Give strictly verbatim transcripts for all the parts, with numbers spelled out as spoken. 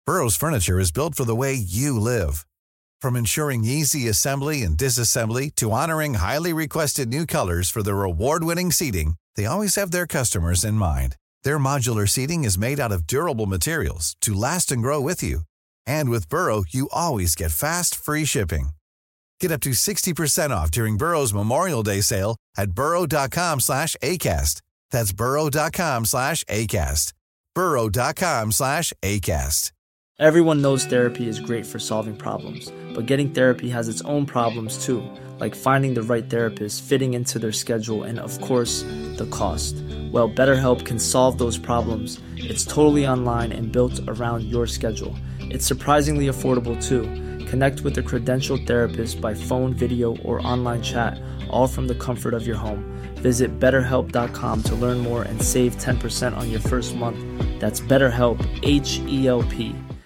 Burrow's furniture is built for the way you live. From ensuring easy assembly and disassembly to honoring highly requested new colors for their award-winning seating, they always have their customers in mind. Their modular seating is made out of durable materials to last and grow with you. And with Burrow, you always get fast, free shipping. Get up to sixty percent off during Burrow's Memorial Day sale at burrow.com slash ACAST. That's burrow.com slash ACAST. burrow.com slash ACAST. Everyone knows therapy is great for solving problems, but getting therapy has its own problems too, like finding the right therapist, fitting into their schedule, and of course, the cost. Well, BetterHelp can solve those problems. It's totally online and built around your schedule. It's surprisingly affordable too. Connect with a credentialed therapist by phone, video, or online chat, all from the comfort of your home. Visit better help dot com to learn more and save ten percent on your first month. That's BetterHelp, H E L P.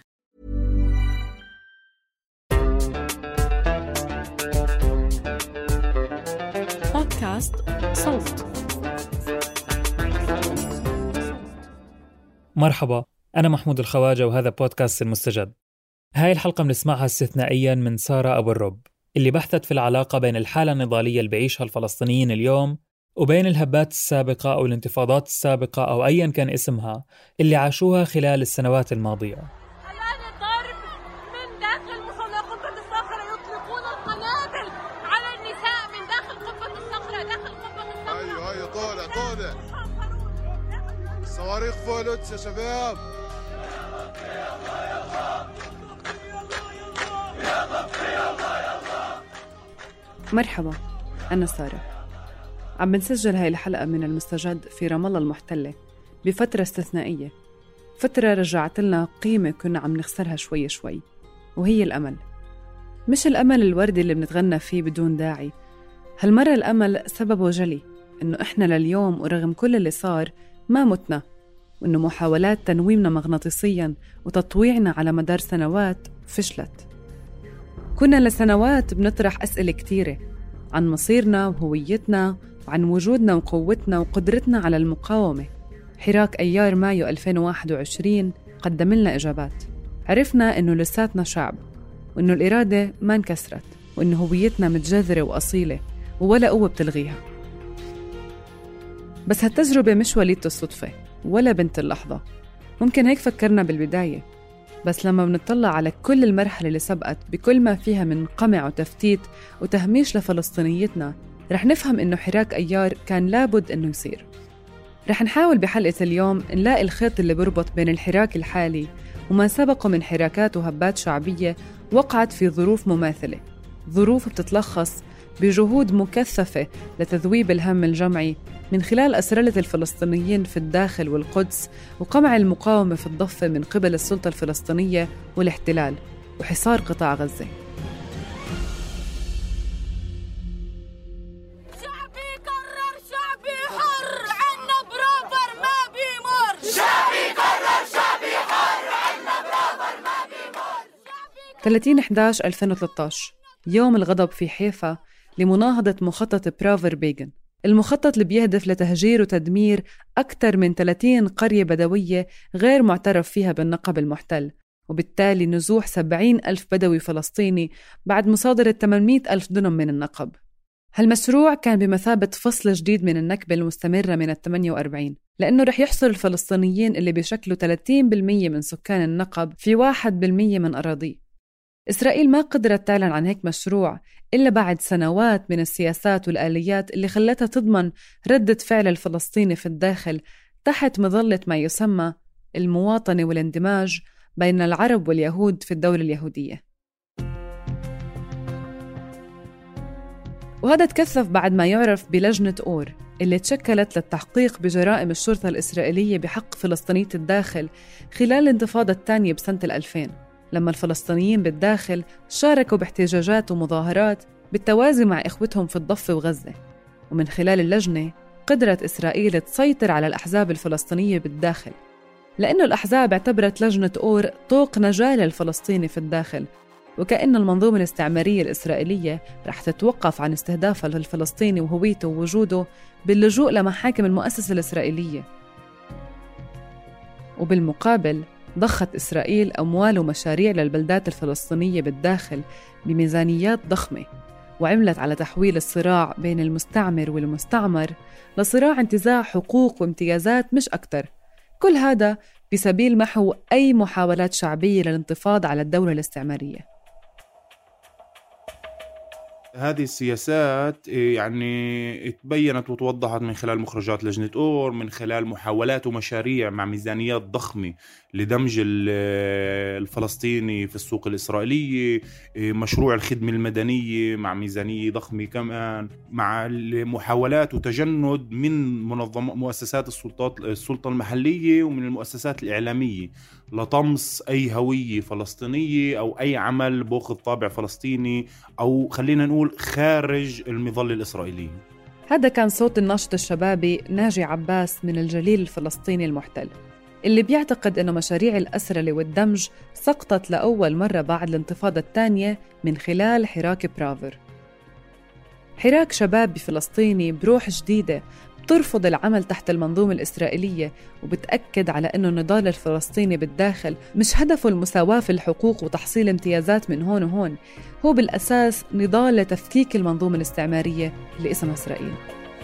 بودكاست صوت. مرحبا، أنا محمود الخواجة وهذا بودكاست المستجد. هاي الحلقة بنسمعها استثنائياً من سارة أبو الرب، اللي بحثت في العلاقة بين الحالة النضالية اللي بعيشها الفلسطينيين اليوم وبين الهبات السابقة أو الانتفاضات السابقة أو أياً كان اسمها اللي عاشوها خلال السنوات الماضية. الآن الضرب من داخل مصلى قبة الصخرة، يطلقون القنابل على النساء من داخل قبة الصخرة، داخل قبة الصخرة. أيوة أيوة طالع طالع صواريخ فولتس يا شباب. مرحبا، أنا سارة. عم بنسجل هاي الحلقة من المستجد في رام الله المحتلة بفترة استثنائية، فترة رجعت لنا قيمة كنا عم نخسرها شوي شوي، وهي الأمل. مش الأمل الوردي اللي بنتغنى فيه بدون داعي. هالمرة الأمل سببه جلي، إنه إحنا لليوم ورغم كل اللي صار ما متنا، وإنه محاولات تنويمنا مغناطيسياً وتطويعنا على مدار سنوات فشلت. كنا لسنوات بنطرح أسئلة كتيرة عن مصيرنا وهويتنا وعن وجودنا وقوتنا وقدرتنا على المقاومة. حراك أيار مايو ألفين وواحد وعشرين قدم لنا إجابات. عرفنا إنه لساتنا شعب، وإنه الإرادة ما انكسرت، وإنه هويتنا متجذرة وأصيلة ولا قوة بتلغيها. بس هالتجربة مش وليدة الصدفة ولا بنت اللحظة. ممكن هيك فكرنا بالبداية، بس لما بنطلع على كل المرحلة اللي سبقت بكل ما فيها من قمع وتفتيت وتهميش لفلسطينيتنا، رح نفهم إنه حراك أيار كان لابد إنه يصير. رح نحاول بحلقة اليوم نلاقي الخيط اللي بربط بين الحراك الحالي وما سبقه من حراكات وهبات شعبية وقعت في ظروف مماثلة، ظروف بتتلخص بجهود مكثفة لتذويب الهم الجمعي من خلال أسرلة الفلسطينيين في الداخل والقدس، وقمع المقاومة في الضفة من قبل السلطة الفلسطينية والاحتلال، وحصار قطاع غزة. شعبي قرر، شعبي حر، عنا برابر ما بيمر. شعبي قرر، شعبي حر، عنا برابر ما بيمر. ثلاثين إحدى عشر ألفين وثلاثة عشر يوم الغضب في حيفا لمناهضة مخطط برافر بيغن، المخطط اللي بيهدف لتهجير وتدمير أكثر من ثلاثين قرية بدوية غير معترف فيها بالنقب المحتل، وبالتالي نزوح سبعين ألف بدوي فلسطيني بعد مصادرة ثمانمئة ألف دنم من النقب. هالمشروع كان بمثابة فصل جديد من النكبة المستمرة من الثمانية وأربعين، لأنه رح يحصر الفلسطينيين اللي بيشكلوا ثلاثين بالمئة من سكان النقب في واحد بالمئة من أراضيه. إسرائيل ما قدرت تعلن عن هيك مشروع إلا بعد سنوات من السياسات والآليات اللي خلتها تضمن ردة فعل الفلسطيني في الداخل تحت مظلة ما يسمى المواطنة والاندماج بين العرب واليهود في الدولة اليهودية. وهذا تكثف بعد ما يعرف بلجنة أور اللي تشكلت للتحقيق بجرائم الشرطة الإسرائيلية بحق فلسطينية الداخل خلال الانتفاضة الثانية بسنة الألفين، لما الفلسطينيين بالداخل شاركوا باحتجاجات ومظاهرات بالتوازي مع إخوتهم في الضفة وغزة. ومن خلال اللجنة قدرت إسرائيل تسيطر على الأحزاب الفلسطينية بالداخل، لأنه الأحزاب اعتبرت لجنة أور طوق نجاة للفلسطيني في الداخل، وكأن المنظومة الاستعمارية الإسرائيلية رح تتوقف عن استهدافها للفلسطيني وهويته ووجوده باللجوء لمحاكم المؤسسة الإسرائيلية. وبالمقابل ضخت إسرائيل أموال ومشاريع للبلدات الفلسطينية بالداخل بميزانيات ضخمة، وعملت على تحويل الصراع بين المستعمر والمستعمر لصراع انتزاع حقوق وامتيازات مش أكتر، كل هذا بسبيل محو أي محاولات شعبية للانتفاض على الدولة الاستعمارية. هذه السياسات يعني تبينت وتوضحت من خلال مخرجات لجنة أور، من خلال محاولات ومشاريع مع ميزانيات ضخمة لدمج الفلسطيني في السوق الإسرائيلية، مشروع الخدمة المدنية مع ميزانية ضخمة كمان، مع محاولات وتجند من منظمات مؤسسات السلطات السلطة المحلية ومن المؤسسات الإعلامية لطمس أي هوية فلسطينية أو أي عمل بأخذ طابع فلسطيني أو خلينا نقول خارج المظلة الإسرائيلية. هذا كان صوت الناشط الشبابي ناجي عباس من الجليل الفلسطيني المحتل، اللي بيعتقد أنه مشاريع الأسرلة والدمج سقطت لأول مرة بعد الانتفاضة الثانية من خلال حراك برافر. حراك شبابي فلسطيني بروح جديدة بترفض العمل تحت المنظومة الإسرائيلية، وبتأكد على أنه النضال الفلسطيني بالداخل مش هدفه المساواة في الحقوق وتحصيل امتيازات من هون وهون، هو بالأساس نضال لتفكيك المنظومة الاستعمارية اللي اسمها إسرائيل.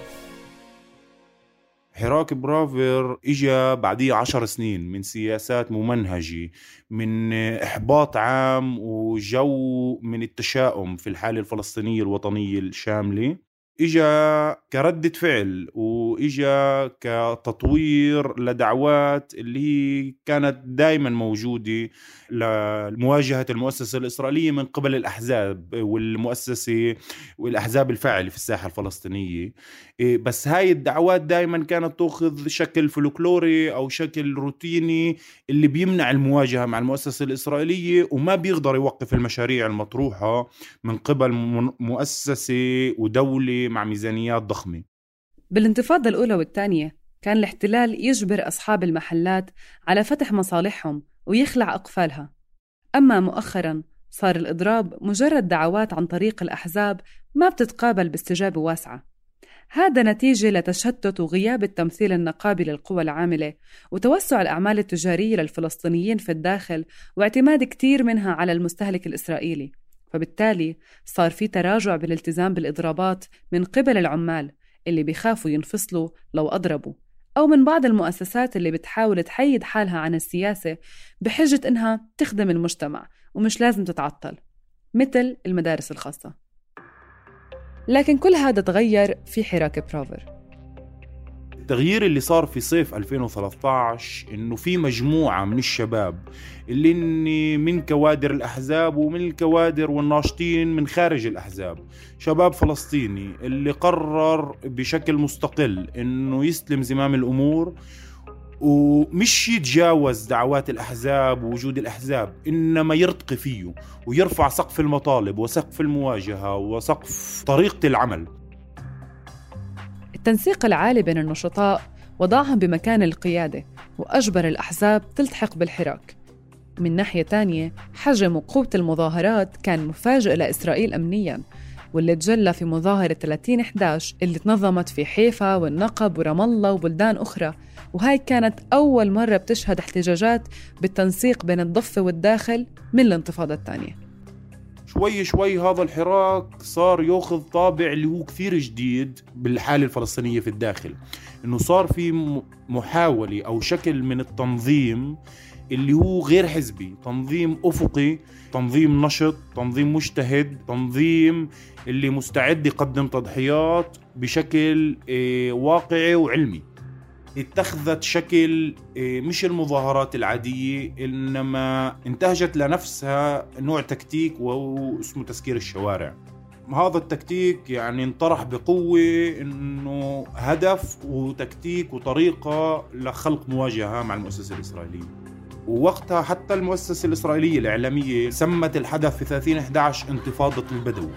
حراك برافر إجا بعديه عشر سنين من سياسات ممنهجة، من إحباط عام وجو من التشاؤم في الحالة الفلسطينية الوطنية الشاملة، إجا كردة فعل وإجا كتطوير لدعوات اللي هي كانت دايما موجودة لمواجهة المؤسسة الإسرائيلية من قبل الأحزاب والمؤسسة والأحزاب الفاعلة في الساحة الفلسطينية. بس هاي الدعوات دايما كانت تأخذ شكل فلكلوري أو شكل روتيني اللي بيمنع المواجهة مع المؤسسة الإسرائيلية وما بيقدر يوقف المشاريع المطروحة من قبل مؤسسة ودولة مع ميزانيات ضخمة. بالانتفاضة الأولى والثانية كان الاحتلال يجبر أصحاب المحلات على فتح مصالحهم ويخلع أقفالها، أما مؤخراً صار الإضراب مجرد دعوات عن طريق الأحزاب ما بتتقابل باستجابة واسعة. هذا نتيجة لتشتت وغياب التمثيل النقابي للقوى العاملة وتوسع الأعمال التجارية للفلسطينيين في الداخل واعتماد كتير منها على المستهلك الإسرائيلي، فبالتالي صار في تراجع بالالتزام بالإضرابات من قبل العمال اللي بيخافوا ينفصلوا لو أضربوا، أو من بعض المؤسسات اللي بتحاول تحيد حالها عن السياسة بحجة إنها تخدم المجتمع ومش لازم تتعطل، مثل المدارس الخاصة. لكن كل هذا تغير في حراك برافر. التغيير اللي صار في صيف ألفين وثلاثة عشر إنه في مجموعة من الشباب اللي إني من كوادر الأحزاب ومن الكوادر والناشطين من خارج الأحزاب، شباب فلسطيني اللي قرر بشكل مستقل إنه يستلم زمام الأمور ومش يتجاوز دعوات الأحزاب ووجود الأحزاب، إنما يرتقي فيه ويرفع سقف المطالب وسقف المواجهة وسقف طريقة العمل. التنسيق العالي بين النشطاء وضعهم بمكان القيادة وأجبر الأحزاب تلتحق بالحراك. من ناحية تانية حجم وقوة المظاهرات كان مفاجئ لإسرائيل أمنياً، واللي تجلى في مظاهرة ثلاثين إحدى عشر اللي تنظمت في حيفا والنقب ورام الله وبلدان أخرى، وهاي كانت أول مرة بتشهد احتجاجات بالتنسيق بين الضفة والداخل من الانتفاضة الثانية. شوي شوي هذا الحراك صار يأخذ طابع اللي هو كثير جديد بالحالة الفلسطينية في الداخل، إنه صار في محاولة أو شكل من التنظيم اللي هو غير حزبي، تنظيم أفقي، تنظيم نشط، تنظيم مجتهد، تنظيم اللي مستعد يقدم تضحيات بشكل واقعي وعلمي. اتخذت شكل مش المظاهرات العادية، إنما انتهجت لنفسها نوع تكتيك واسمه تسكير الشوارع. هذا التكتيك يعني انطرح بقوة إنه هدف وتكتيك وطريقة لخلق مواجهة مع المؤسسة الإسرائيلية. ووقتها حتى المؤسسة الإسرائيلية الإعلامية سمت الحدث في ثلاثين إحدى عشر انتفاضة البدو.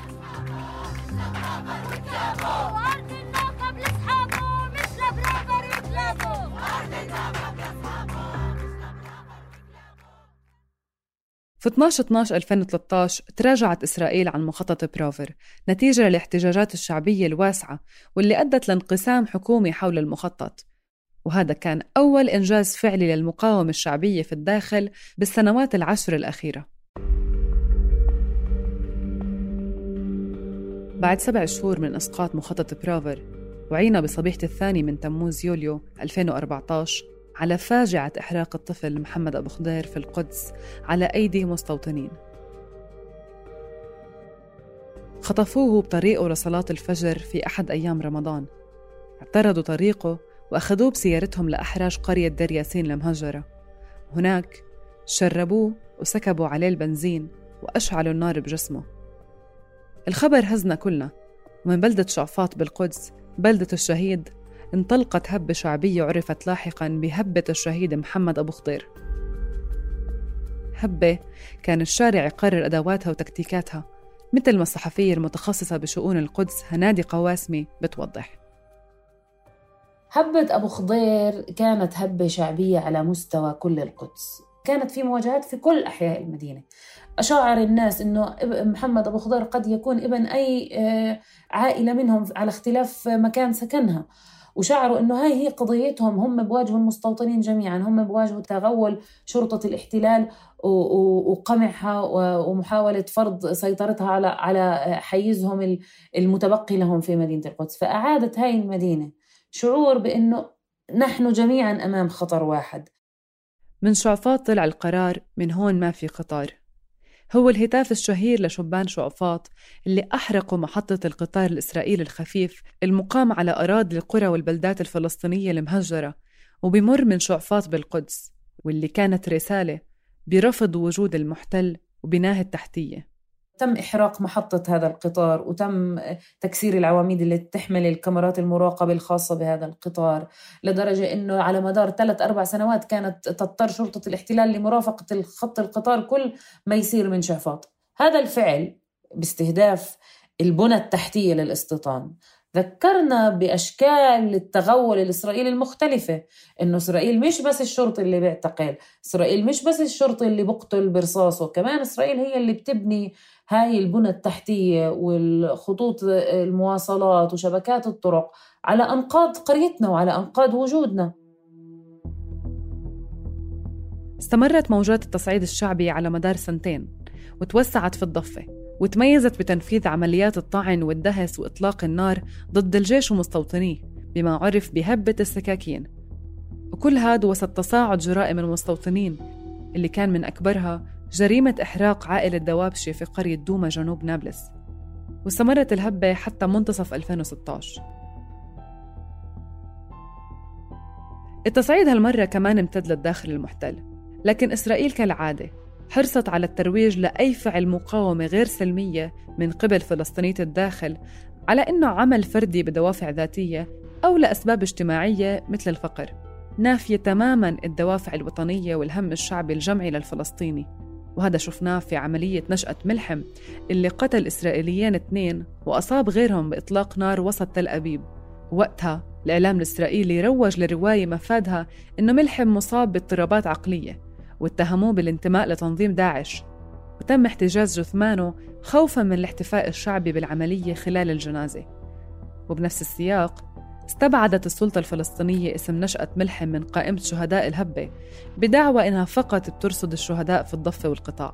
في اثني عشر اثني عشر ألفين وثلاثة عشر تراجعت إسرائيل عن مخطط برافر نتيجة للاحتجاجات الشعبية الواسعة واللي أدت لانقسام حكومي حول المخطط، وهذا كان أول إنجاز فعلي للمقاومة الشعبية في الداخل بالسنوات العشر الأخيرة. بعد سبع شهور من إسقاط مخطط برافر، وعينا بصبيحة الثاني من تموز يوليو ألفين وأربعة عشر على فاجعة إحراق الطفل محمد أبو خضير في القدس على أيدي مستوطنين. خطفوه بطريقه لصلاة الفجر في أحد أيام رمضان، اعترضوا طريقه وأخذوه بسيارتهم لأحراج قرية دير ياسين المهجرة. هناك شربوه وسكبوا عليه البنزين وأشعلوا النار بجسمه. الخبر هزنا كلنا، ومن بلدة شعفاط بالقدس بلدة الشهيد انطلقت هبة شعبية عرفت لاحقاً بهبة الشهيد محمد أبو خضير. هبة كان الشارع يقرر أدواتها وتكتيكاتها، مثل ما الصحفية المتخصصة بشؤون القدس هنادي قواسمي بتوضح. هبة أبو خضير كانت هبة شعبية على مستوى كل القدس، كانت في مواجهات في كل أحياء المدينة. أشعر الناس أنه محمد أبو خضير قد يكون ابن أي عائلة منهم على اختلاف مكان سكنها، وشعروا أنه هاي هي قضيتهم، هم بواجهوا المستوطنين جميعا، هم بواجهوا تغول شرطة الاحتلال وقمعها ومحاولة فرض سيطرتها على على حيزهم المتبقي لهم في مدينة القدس. فأعادت هاي المدينة شعور بأنه نحن جميعا أمام خطر واحد. من شعفاط طلع القرار من هون ما في قطار، هو الهتاف الشهير لشبان شعفاط اللي أحرقوا محطة القطار الإسرائيلي الخفيف المقام على أراضي القرى والبلدات الفلسطينية المهجرة وبمر من شعفاط بالقدس، واللي كانت رسالة برفض وجود المحتل وبناه التحتية. تم إحراق محطة هذا القطار، وتم تكسير العواميد اللي تحمل الكاميرات المراقبة الخاصة بهذا القطار، لدرجة أنه على مدار ثلاث أربع سنوات كانت تضطر شرطة الاحتلال لمرافقة الخط القطار كل ما يصير من شعفاط. هذا الفعل باستهداف البنى التحتية للاستيطان ذكرنا بأشكال التغول الإسرائيلي المختلفة، إنه إسرائيل مش بس الشرطي اللي بيعتقل، إسرائيل مش بس الشرطي اللي بقتل برصاصه، كمان إسرائيل هي اللي بتبني هاي البنى التحتية والخطوط المواصلات وشبكات الطرق على أنقاض قريتنا وعلى أنقاض وجودنا. استمرت موجات التصعيد الشعبي على مدار سنتين وتوسعت في الضفة، وتميزت بتنفيذ عمليات الطعن والدهس وإطلاق النار ضد الجيش ومستوطنيه بما عرف بهبة السكاكين، وكل هذا وسط تصاعد جرائم المستوطنين اللي كان من أكبرها جريمة إحراق عائلة دوابشة في قرية دوما جنوب نابلس. واستمرت الهبة حتى منتصف ألفين وستة عشر. التصعيد هالمرة كمان امتد للداخل المحتل، لكن إسرائيل كالعادة حرصت على الترويج لأي فعل مقاومة غير سلمية من قبل فلسطينية الداخل على إنه عمل فردي بدوافع ذاتية أو لأسباب اجتماعية مثل الفقر، نافية تماماً الدوافع الوطنية والهم الشعبي الجمعي للفلسطيني. وهذا شفناه في عملية نشأة ملحم اللي قتل إسرائيليين اثنين وأصاب غيرهم بإطلاق نار وسط تل أبيب. وقتها الإعلام الإسرائيلي روج لرواية مفادها إنه ملحم مصاب باضطرابات عقلية واتهموه بالانتماء لتنظيم داعش، وتم احتجاز جثمانه خوفاً من الاحتفاء الشعبي بالعملية خلال الجنازة. وبنفس السياق استبعدت السلطة الفلسطينية اسم نشأة ملحم من قائمة شهداء الهبة بدعوى إنها فقط بترصد الشهداء في الضفة والقطاع.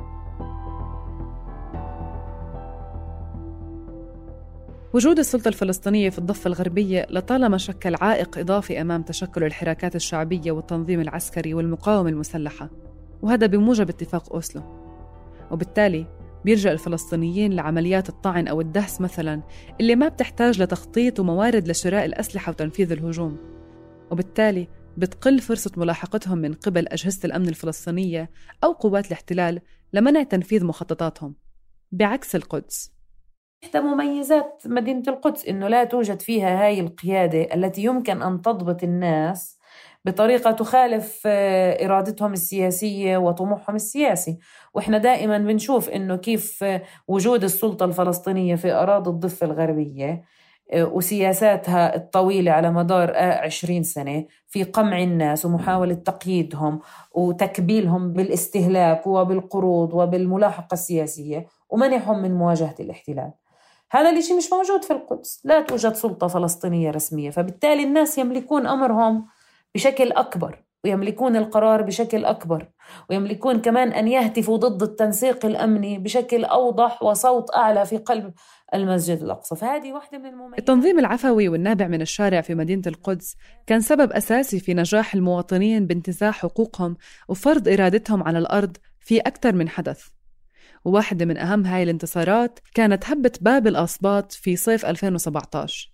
وجود السلطة الفلسطينية في الضفة الغربية لطالما شكل عائق إضافي أمام تشكل الحراكات الشعبية والتنظيم العسكري والمقاومة المسلحة، وهذا بموجب اتفاق أوسلو. وبالتالي بيلجأ الفلسطينيين لعمليات الطعن أو الدهس مثلاً اللي ما بتحتاج لتخطيط وموارد لشراء الأسلحة وتنفيذ الهجوم، وبالتالي بتقل فرصة ملاحقتهم من قبل أجهزة الأمن الفلسطينية أو قوات الاحتلال لمنع تنفيذ مخططاتهم، بعكس القدس. إحدى مميزات مدينة القدس إنه لا توجد فيها هاي القيادة التي يمكن أن تضبط الناس بطريقة تخالف إرادتهم السياسية وطموحهم السياسي. وإحنا دائما بنشوف إنه كيف وجود السلطة الفلسطينية في أراضي الضفة الغربية وسياساتها الطويلة على مدار عشرين سنة في قمع الناس ومحاولة تقييدهم وتكبيلهم بالاستهلاك وبالقروض وبالملاحقة السياسية ومنعهم من مواجهة الاحتلال. هذا الشيء مش موجود في القدس، لا توجد سلطة فلسطينية رسمية، فبالتالي الناس يملكون أمرهم بشكل أكبر ويملكون القرار بشكل أكبر، ويملكون كمان أن يهتفوا ضد التنسيق الأمني بشكل أوضح وصوت أعلى في قلب المسجد الأقصى. فهذه واحدة من المميزات. التنظيم العفوي والنابع من الشارع في مدينة القدس كان سبب أساسي في نجاح المواطنين بانتزاع حقوقهم وفرض إرادتهم على الأرض في أكثر من حدث. وواحدة من أهم هاي الانتصارات كانت هبة باب الأسباط في صيف ألفين وسبعة عشر.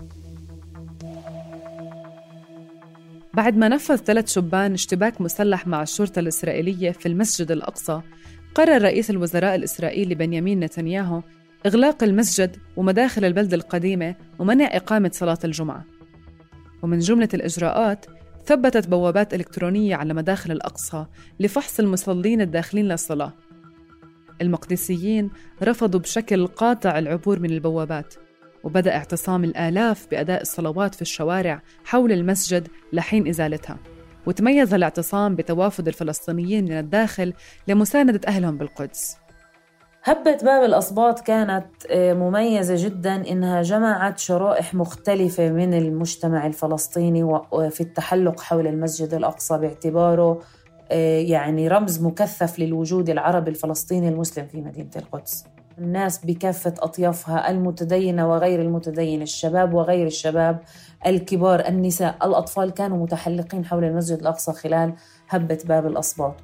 بعد ما نفذ ثلاث شبان اشتباك مسلح مع الشرطة الإسرائيلية في المسجد الأقصى، قرر رئيس الوزراء الإسرائيلي بنيامين نتنياهو إغلاق المسجد ومداخل البلدة القديمة ومنع إقامة صلاة الجمعة. ومن جملة الإجراءات ثبتت بوابات إلكترونية على مداخل الأقصى لفحص المصلين الداخلين للصلاة. المقدسيين رفضوا بشكل قاطع العبور من البوابات، وبدأ اعتصام الآلاف بأداء الصلوات في الشوارع حول المسجد لحين إزالتها. وتميز الاعتصام بتوافد الفلسطينيين من الداخل لمساندة أهلهم بالقدس. هبة باب الأسباط كانت مميزة جداً، إنها جمعت شرائح مختلفة من المجتمع الفلسطيني في التحلق حول المسجد الأقصى، باعتباره يعني رمز مكثف للوجود العربي الفلسطيني المسلم في مدينة القدس. الناس بكافة أطيافها، المتدينة وغير المتدين، الشباب وغير الشباب، الكبار، النساء، الأطفال، كانوا متحلقين حول المسجد الأقصى خلال هبة باب الأسباط.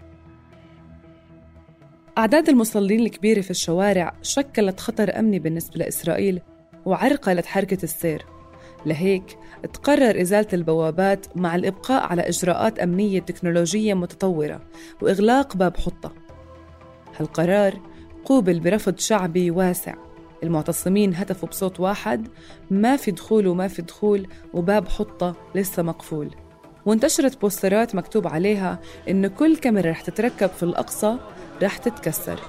أعداد المصلين الكبيرة في الشوارع شكلت خطر أمني بالنسبة لإسرائيل وعرقلت حركة السير. لهيك تقرر إزالة البوابات مع الإبقاء على إجراءات أمنية تكنولوجية متطورة وإغلاق باب حطة. هالقرار قوبل برفض شعبي واسع. المعتصمين هتفوا بصوت واحد: ما في دخول وما في دخول، وباب حطة لسه مقفول. وانتشرت بوسترات مكتوب عليها إن كل كاميرا رح تتركب في الأقصى رح تتكسر.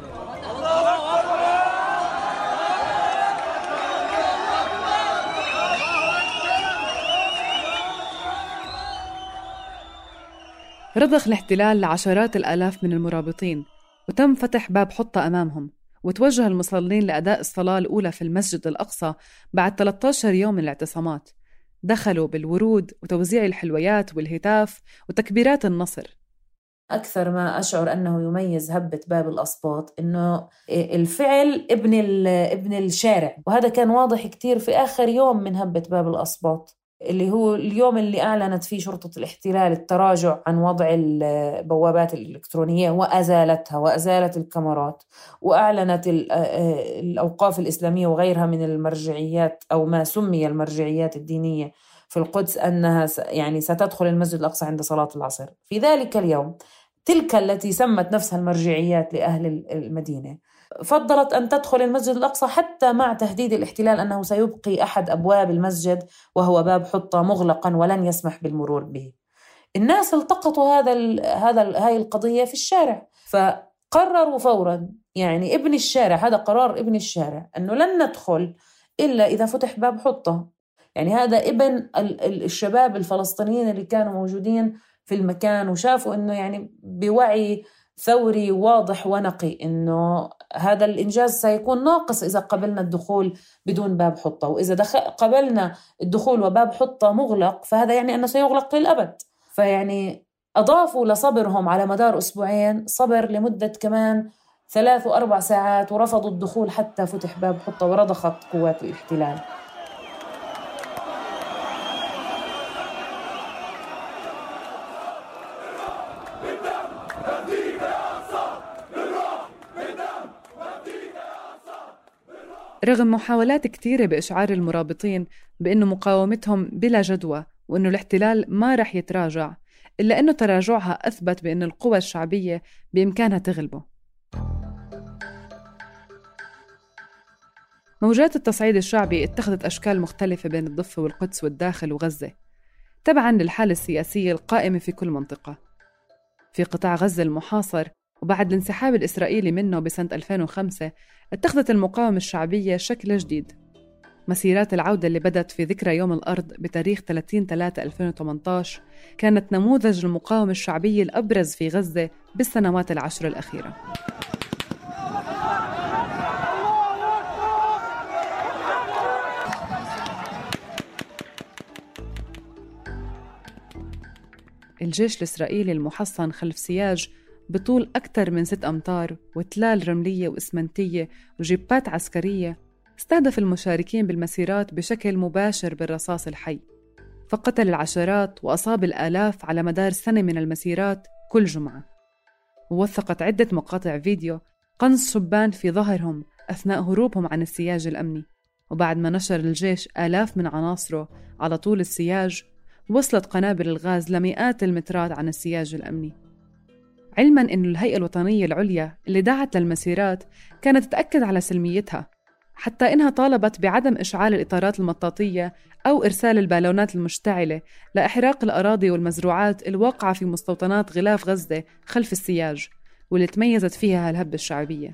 رضخ الاحتلال لعشرات الآلاف من المرابطين، وتم فتح باب حطة أمامهم، وتوجه المصلين لأداء الصلاة الأولى في المسجد الأقصى بعد ثلاثة عشر يوم من الاعتصامات. دخلوا بالورود وتوزيع الحلويات والهتاف وتكبيرات النصر. أكثر ما أشعر أنه يميز هبة باب الأسباط إنه الفعل ابن ابن الشارع، وهذا كان واضح كتير في آخر يوم من هبة باب الأسباط، اللي هو اليوم اللي أعلنت فيه شرطة الاحتلال التراجع عن وضع البوابات الإلكترونية وأزالتها وأزالت الكاميرات، وأعلنت الأوقاف الإسلامية وغيرها من المرجعيات أو ما سمي المرجعيات الدينية في القدس أنها يعني ستدخل المسجد الأقصى عند صلاة العصر. في ذلك اليوم تلك التي سمت نفسها المرجعيات لأهل المدينة فضلت أن تدخل المسجد الأقصى حتى مع تهديد الاحتلال أنه سيبقي أحد أبواب المسجد وهو باب حطة مغلقا ولن يسمح بالمرور به. الناس التقطوا هذا ال هذا ال هاي القضية في الشارع، فقرروا فورا، يعني ابن الشارع، هذا قرار ابن الشارع، أنه لن ندخل إلا إذا فتح باب حطة. يعني هذا ابن الشباب الفلسطينيين اللي كانوا موجودين في المكان، وشافوا أنه يعني بوعي ثوري واضح ونقي إنه هذا الإنجاز سيكون ناقص إذا قبلنا الدخول بدون باب حطة، وإذا قبلنا الدخول وباب حطة مغلق فهذا يعني أنه سيغلق للأبد. فيعني أضافوا لصبرهم على مدار أسبوعين صبر لمدة كمان ثلاث وأربع ساعات، ورفضوا الدخول حتى فتح باب حطة ورضخت قوات الاحتلال. رغم محاولات كتيرة بإشعار المرابطين بأنه مقاومتهم بلا جدوى وأنه الاحتلال ما رح يتراجع، إلا أنه تراجعها أثبت بأن القوى الشعبية بإمكانها تغلبه. موجات التصعيد الشعبي اتخذت أشكال مختلفة بين الضفة والقدس والداخل وغزة، تبعاً للحالة السياسية القائمة في كل منطقة. في قطاع غزة المحاصر وبعد الانسحاب الإسرائيلي منه بسنة ألفين وخمسة اتخذت المقاومة الشعبية شكل جديد. مسيرات العودة اللي بدأت في ذكرى يوم الأرض بتاريخ ثلاثين ثلاثة ألفين وثمانية عشر كانت نموذج المقاومة الشعبية الأبرز في غزة بالسنوات العشر الأخيرة. الجيش الإسرائيلي المحصن خلف سياج بطول أكثر من ست أمتار وتلال رملية وإسمنتية وجيبات عسكرية استهدف المشاركين بالمسيرات بشكل مباشر بالرصاص الحي، فقتل العشرات وأصاب الآلاف على مدار سنة من المسيرات كل جمعة. ووثقت عدة مقاطع فيديو قنص شبان في ظهرهم أثناء هروبهم عن السياج الأمني. وبعد ما نشر الجيش آلاف من عناصره على طول السياج، وصلت قنابل الغاز لمئات المترات عن السياج الأمني، علماً أن الهيئة الوطنية العليا اللي دعت للمسيرات كانت تتأكد على سلميتها، حتى إنها طالبت بعدم إشعال الإطارات المطاطية أو إرسال البالونات المشتعلة لإحراق الأراضي والمزروعات الواقعة في مستوطنات غلاف غزة خلف السياج، واللي تميزت فيها هالهبة الشعبية.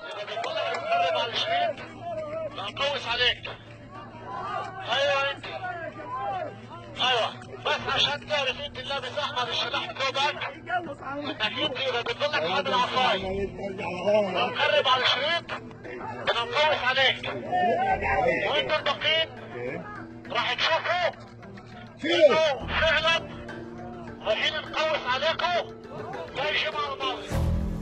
بس عشان تعرف انت اللي لابس احمر الشلاح كوبك اكيد كده بتقول لك حد العصاي نقرب على الشريط بدنا نقوس عليك وانتوا الباقيين راح تشوفوا انه فعلا رايحين نقوس عليكم زي الجمعه الماضيه.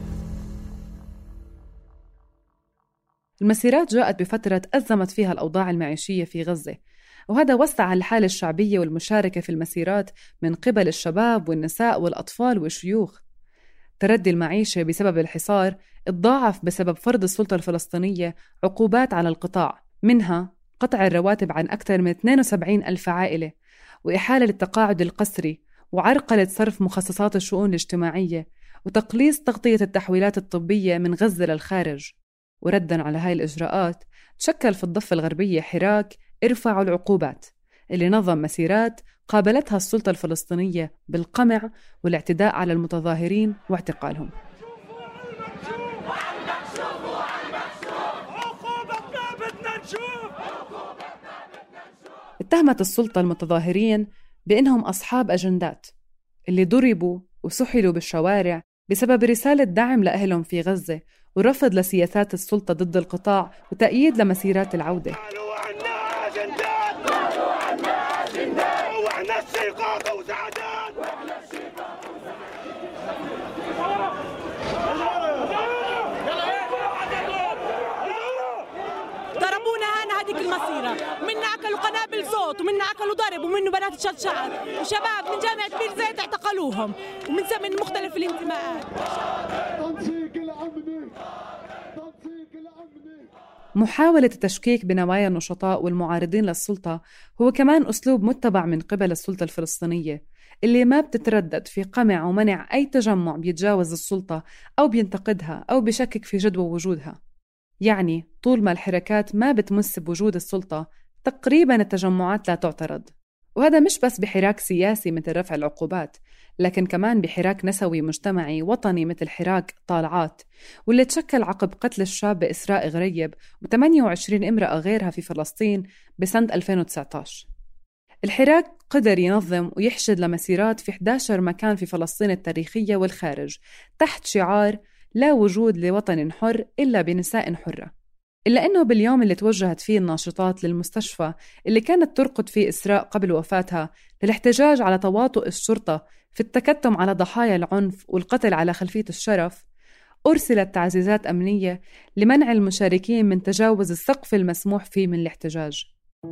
المسيرات جاءت بفترة أزمت فيها الأوضاع المعيشية في غزة، وهذا وسع الحالة الشعبية والمشاركة في المسيرات من قبل الشباب والنساء والأطفال والشيوخ. تردي المعيشة بسبب الحصار اتضاعف بسبب فرض السلطة الفلسطينية عقوبات على القطاع، منها قطع الرواتب عن أكثر من اثنين وسبعين ألف عائلة، وإحالة للتقاعد القسري، وعرقلة صرف مخصصات الشؤون الاجتماعية، وتقليص تغطية التحويلات الطبية من غزة للخارج. ورداً على هاي الإجراءات تشكل في الضفة الغربية حراك ارفعوا العقوبات، اللي نظم مسيرات قابلتها السلطة الفلسطينية بالقمع والاعتداء على المتظاهرين واعتقالهم. اتهمت السلطة المتظاهرين بأنهم أصحاب أجندات اللي ضربوا وسحلوا بالشوارع بسبب رسالة دعم لأهلهم في غزة ورفض لسياسات السلطة ضد القطاع وتأييد لمسيرات العودة. ضربونا هنا هذيك المسيرة، منا أكلوا قنابل صوت ومنا أكلوا ضرب ومنه بنات تشد شعر وشباب من جامعة بير زيت اعتقلوهم ومن من مختلف الانتماءات. محاولة التشكيك بنوايا النشطاء والمعارضين للسلطة هو كمان أسلوب متبع من قبل السلطة الفلسطينية، اللي ما بتتردد في قمع ومنع أي تجمع بيتجاوز السلطة أو بينتقدها أو بيشكك في جدوى وجودها. يعني طول ما الحركات ما بتمس بوجود السلطة تقريباً التجمعات لا تعترض. وهذا مش بس بحراك سياسي مثل رفع العقوبات، لكن كمان بحراك نسوي مجتمعي وطني مثل حراك طالعات، واللي تشكل عقب قتل الشابة إسراء غريب وثمانية وعشرين امرأة غيرها في فلسطين بسنة ألفين وتسعة عشر. الحراك قدر ينظم ويحشد لمسيرات في إحدى عشر مكان في فلسطين التاريخية والخارج تحت شعار لا وجود لوطن حر إلا بنساء حرة. إلا أنه باليوم اللي توجهت فيه الناشطات للمستشفى اللي كانت ترقد فيه إسراء قبل وفاتها للاحتجاج على تواطؤ الشرطة في التكتم على ضحايا العنف والقتل على خلفية الشرف، أرسلت تعزيزات أمنية لمنع المشاركين من تجاوز السقف المسموح فيه من الاحتجاج.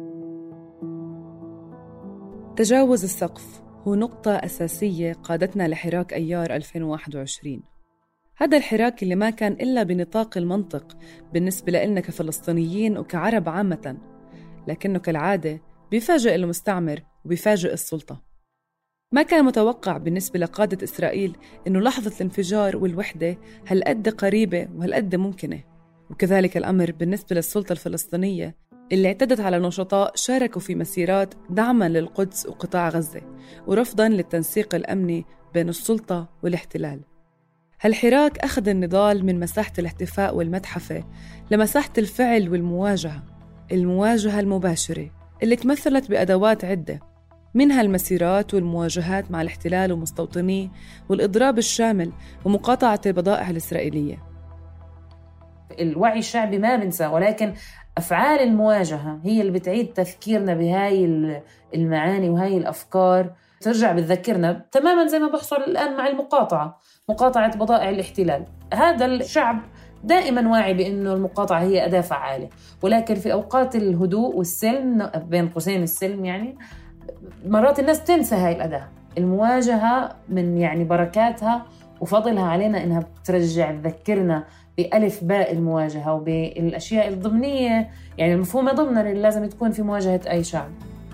تجاوز السقف هو نقطة أساسية قادتنا لحراك أيار ألفين وواحد وعشرين. هذا الحراك اللي ما كان إلا بنطاق المنطق بالنسبة لنا كفلسطينيين وكعرب عامة، لكنه كالعادة بيفاجئ المستعمر وبيفاجئ السلطة. ما كان متوقع بالنسبة لقادة إسرائيل إنه لحظة الانفجار والوحدة هالقد قريبة وهالقد ممكنة، وكذلك الأمر بالنسبة للسلطة الفلسطينية اللي اعتدت على نشطاء شاركوا في مسيرات دعماً للقدس وقطاع غزة ورفضاً للتنسيق الأمني بين السلطة والاحتلال. هالحراك أخذ النضال من مساحة الاحتفاء والمتحفة لمساحة الفعل والمواجهة، المواجهة المباشرة اللي تمثلت بأدوات عدة، منها المسيرات والمواجهات مع الاحتلال ومستوطنيه والإضراب الشامل ومقاطعة البضائع الإسرائيلية. الوعي الشعبي ما بنسى، ولكن أفعال المواجهة هي اللي بتعيد تذكيرنا بهاي المعاني وهاي الأفكار ترجع بتذكرنا تماماً زي ما بحصل الآن مع المقاطعة، مقاطعة بضائع الاحتلال. هذا الشعب دائماً واعي بأنه المقاطعة هي أداة فعالة، ولكن في أوقات الهدوء والسلم بين قوسين السلم يعني مرات الناس تنسى هاي الأداة. المواجهة من يعني بركاتها وفضلها علينا إنها بترجع تذكرنا بألف باء المواجهة وبالأشياء الضمنية يعني المفهومة ضمنا اللي لازم تكون في مواجهة أي شعب.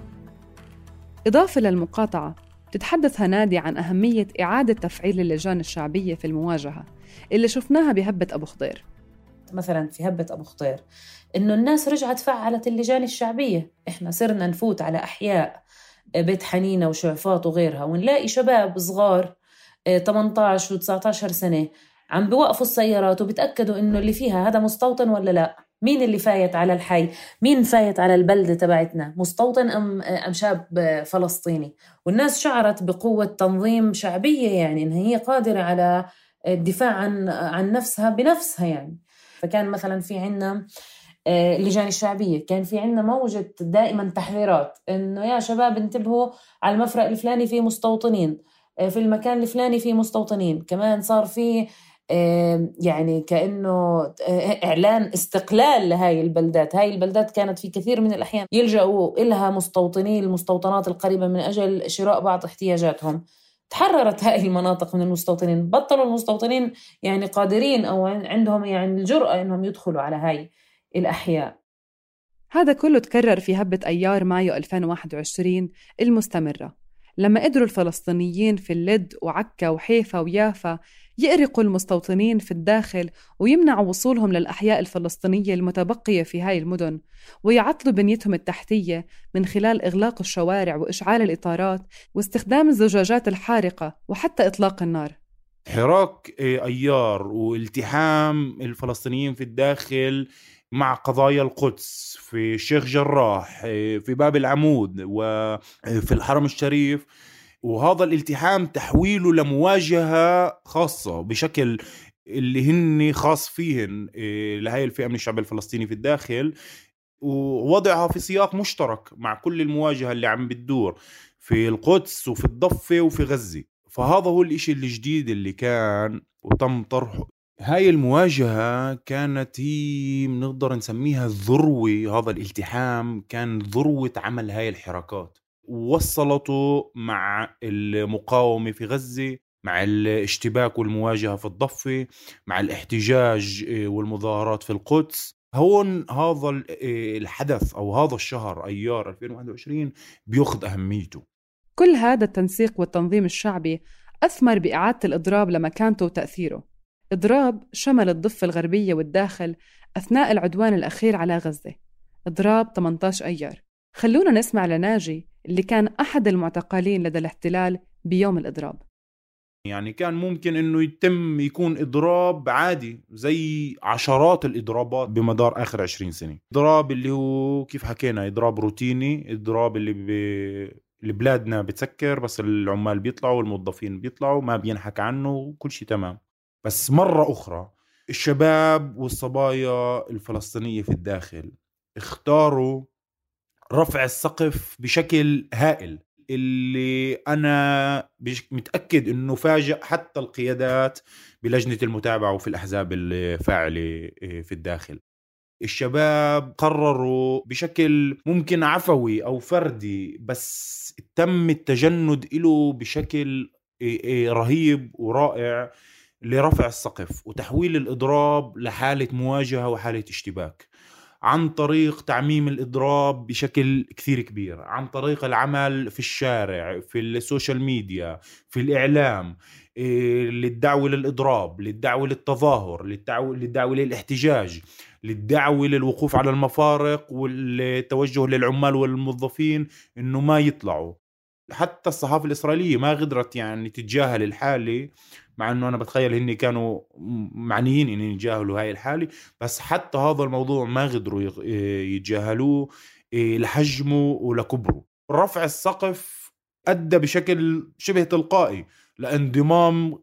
إضافة للمقاطعة تتحدث هنادي عن أهمية إعادة تفعيل اللجان الشعبية في المواجهة اللي شفناها بهبة أبو خضير. مثلا في هبة أبو خضير إنه الناس رجعت فعلت اللجان الشعبية. إحنا صرنا نفوت على أحياء بيت حنينة وشعفاط وغيرها ونلاقي شباب صغار ثمانية عشر و تسعة عشر سنة عم بوقفوا السيارات وبتأكدوا إنه اللي فيها هذا مستوطن ولا لا، مين اللي فايت على الحي، مين فايت على البلدة تبعتنا، مستوطن أم, أم شاب فلسطيني. والناس شعرت بقوة تنظيم شعبية يعني إن هي قادرة على الدفاع عن, عن نفسها بنفسها يعني. فكان مثلا في عنا اللجان الشعبية، كان في عنا موجة دائما تحذيرات إنه يا شباب انتبهوا على المفرق الفلاني في مستوطنين، في المكان الفلاني في مستوطنين. كمان صار في يعني كأنه إعلان استقلال لهاي البلدات. هاي البلدات كانت في كثير من الأحيان يلجأوا إلها مستوطنين المستوطنات القريبة من أجل شراء بعض احتياجاتهم. تحررت هاي المناطق من المستوطنين، بطلوا المستوطنين يعني قادرين أو عندهم يعني الجرأة إنهم يدخلوا على هاي الأحياء. هذا كله تكرر في هبة أيار مايو ألفين وواحد وعشرين المستمرة، لما قدروا الفلسطينيين في اللد وعكا وحيفا ويافا يقرقوا المستوطنين في الداخل ويمنعوا وصولهم للأحياء الفلسطينية المتبقية في هاي المدن، ويعطلوا بنيتهم التحتية من خلال إغلاق الشوارع وإشعال الإطارات واستخدام الزجاجات الحارقة وحتى إطلاق النار. حراك أيار والتحام الفلسطينيين في الداخل مع قضايا القدس في الشيخ جراح في باب العمود وفي الحرم الشريف، وهذا الالتحام تحويله لمواجهة خاصة بشكل اللي هن خاص فيهن لهاي الفئة من الشعب الفلسطيني في الداخل، ووضعها في سياق مشترك مع كل المواجهة اللي عم بتدور في القدس وفي الضفة وفي غزة. فهذا هو الاشي الجديد اللي كان وتم طرحه. هاي المواجهة كانت هي بنقدر نسميها الذروة، هذا الالتحام كان ذروة عمل هاي الحركات، ووصلته مع المقاومة في غزة، مع الاشتباك والمواجهة في الضفة، مع الاحتجاج والمظاهرات في القدس. هون هذا الحدث أو هذا الشهر أيار ألفين وواحد وعشرين بيأخذ أهميته. كل هذا التنسيق والتنظيم الشعبي أثمر بإعادة الإضراب لمكانته وتأثيره. إضراب شمل الضفة الغربية والداخل أثناء العدوان الأخير على غزة، إضراب ثمانية عشر أيار. خلونا نسمع لناجي اللي كان أحد المعتقلين لدى الاحتلال بيوم الإضراب. يعني كان ممكن إنه يتم يكون إضراب عادي زي عشرات الإضرابات بمدار آخر عشرين سنة. إضراب اللي هو كيف حكينا إضراب روتيني، إضراب اللي ب... اللي بلادنا بتسكر بس العمال بيطلعوا والموظفين بيطلعوا ما بينحك عنه وكل شيء تمام. بس مرة أخرى الشباب والصبايا الفلسطينية في الداخل اختاروا رفع السقف بشكل هائل، اللي أنا متأكد أنه فاجأ حتى القيادات بلجنة المتابعة وفي الأحزاب الفاعلة في الداخل. الشباب قرروا بشكل ممكن عفوي أو فردي، بس تم التجند له بشكل رهيب ورائع لرفع السقف وتحويل الإضراب لحالة مواجهة وحالة اشتباك، عن طريق تعميم الإضراب بشكل كثير كبير، عن طريق العمل في الشارع، في السوشيال ميديا، في الإعلام، للدعوة للإضراب، للدعوة للتظاهر، للدعوة, للدعوة للاحتجاج، للدعوة للوقوف على المفارق والتوجه للعمال والموظفين إنه ما يطلعوا. حتى الصحافة الإسرائيلية ما قدرت يعني تتجاهل الحالة، مع أنه أنا بتخيل هني كانوا معنيين إن يتجاهلوا هاي الحالة، بس حتى هذا الموضوع ما قدروا يتجاهلوه لحجمه ولكبره. رفع السقف أدى بشكل شبه تلقائي لانضمام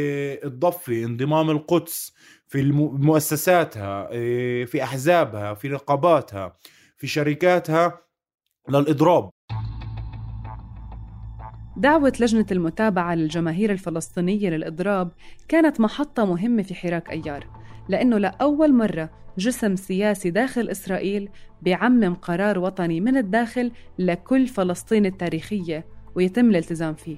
الضفة، انضمام القدس في مؤسساتها، في أحزابها، في نقاباتها، في شركاتها للإضراب. دعوة لجنة المتابعة للجماهير الفلسطينية للإضراب كانت محطة مهمة في حراك أيار، لأنه لأول مرة جسم سياسي داخل إسرائيل بيعمم قرار وطني من الداخل لكل فلسطين التاريخية ويتم الالتزام فيه.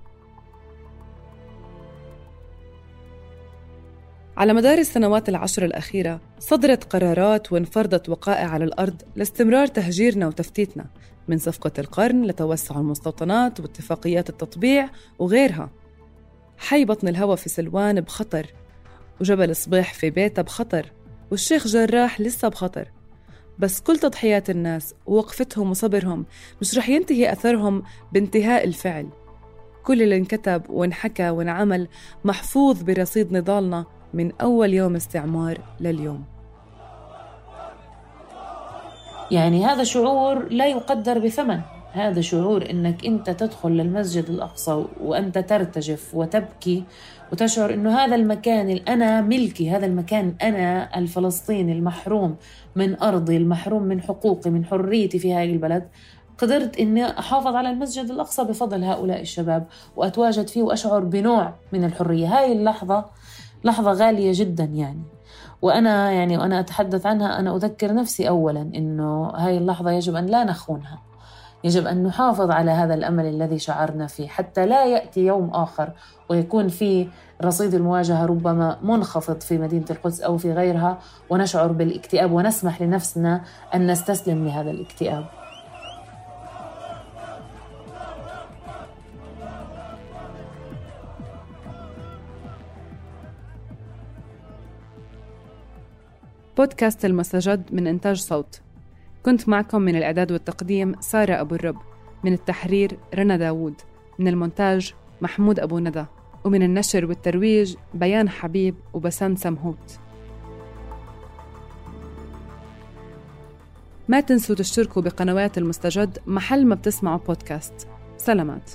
على مدار السنوات العشر الأخيرة صدرت قرارات وانفرضت وقائع على الأرض لاستمرار تهجيرنا وتفتيتنا، من صفقة القرن لتوسع المستوطنات واتفاقيات التطبيع وغيرها. حي بطن الهوى في سلوان بخطر، وجبل صبيح في بيتها بخطر، والشيخ جراح لسه بخطر. بس كل تضحيات الناس ووقفتهم وصبرهم مش رح ينتهي أثرهم بانتهاء الفعل. كل اللي انكتب وانحكى وانعمل محفوظ برصيد نضالنا من أول يوم استعمار لليوم. يعني هذا شعور لا يقدر بثمن. هذا شعور إنك أنت تدخل للمسجد الأقصى وأنت ترتجف وتبكي وتشعر إنه هذا المكان الأنا ملكي، هذا المكان أنا الفلسطيني المحروم من أرضي، المحروم من حقوقي، من حريتي في هذه البلد. قدرت إني أحافظ على المسجد الأقصى بفضل هؤلاء الشباب وأتواجد فيه وأشعر بنوع من الحرية. هاي اللحظة لحظة غالية جدا يعني. وأنا يعني وأنا أتحدث عنها أنا أذكر نفسي أولا إنه هاي اللحظة يجب أن لا نخونها، يجب أن نحافظ على هذا الأمل الذي شعرنا فيه حتى لا يأتي يوم آخر ويكون فيه رصيد المواجهة ربما منخفض في مدينة القدس أو في غيرها ونشعر بالاكتئاب ونسمح لنفسنا أن نستسلم لهذا الاكتئاب. بودكاست المستجد من إنتاج صوت. كنت معكم من الإعداد والتقديم سارة أبو الرب، من التحرير رنا داوود، من المونتاج محمود أبو ندى، ومن النشر والترويج بيان حبيب وبسان سمهوت. ما تنسوا تشتركوا بقنوات المستجد محل ما بتسمعوا بودكاست. سلامات.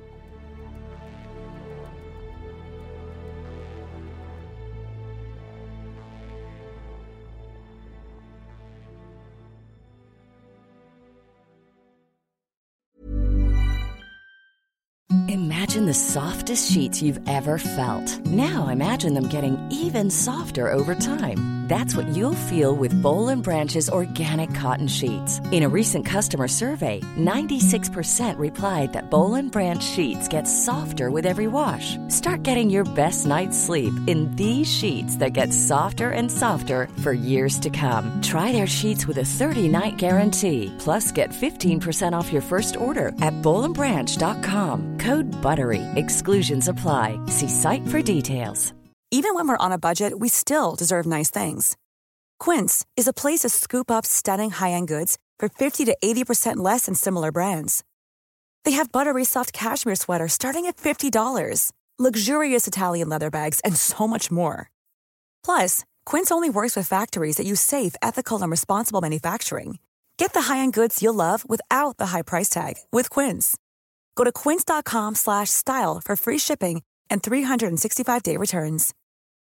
Imagine the softest sheets you've ever felt. Now imagine them getting even softer over time. That's what you'll feel with Boll and Branch's organic cotton sheets. In a recent customer survey, ninety-six percent replied that Boll and Branch sheets get softer with every wash. Start getting your best night's sleep in these sheets that get softer and softer for years to come. Try their sheets with a thirty-night guarantee. Plus, get fifteen percent off your first order at boll and branch dot com. Code BUTTERY. Exclusions apply. See site for details. Even when we're on a budget, we still deserve nice things. Quince is a place to scoop up stunning high-end goods for fifty to eighty percent less than similar brands. They have buttery soft cashmere sweaters starting at fifty dollars, luxurious Italian leather bags, and so much more. Plus, Quince only works with factories that use safe, ethical, and responsible manufacturing. Get the high-end goods you'll love without the high price tag with Quince. Go to quince dot com slash style for free shipping and three hundred sixty-five day returns.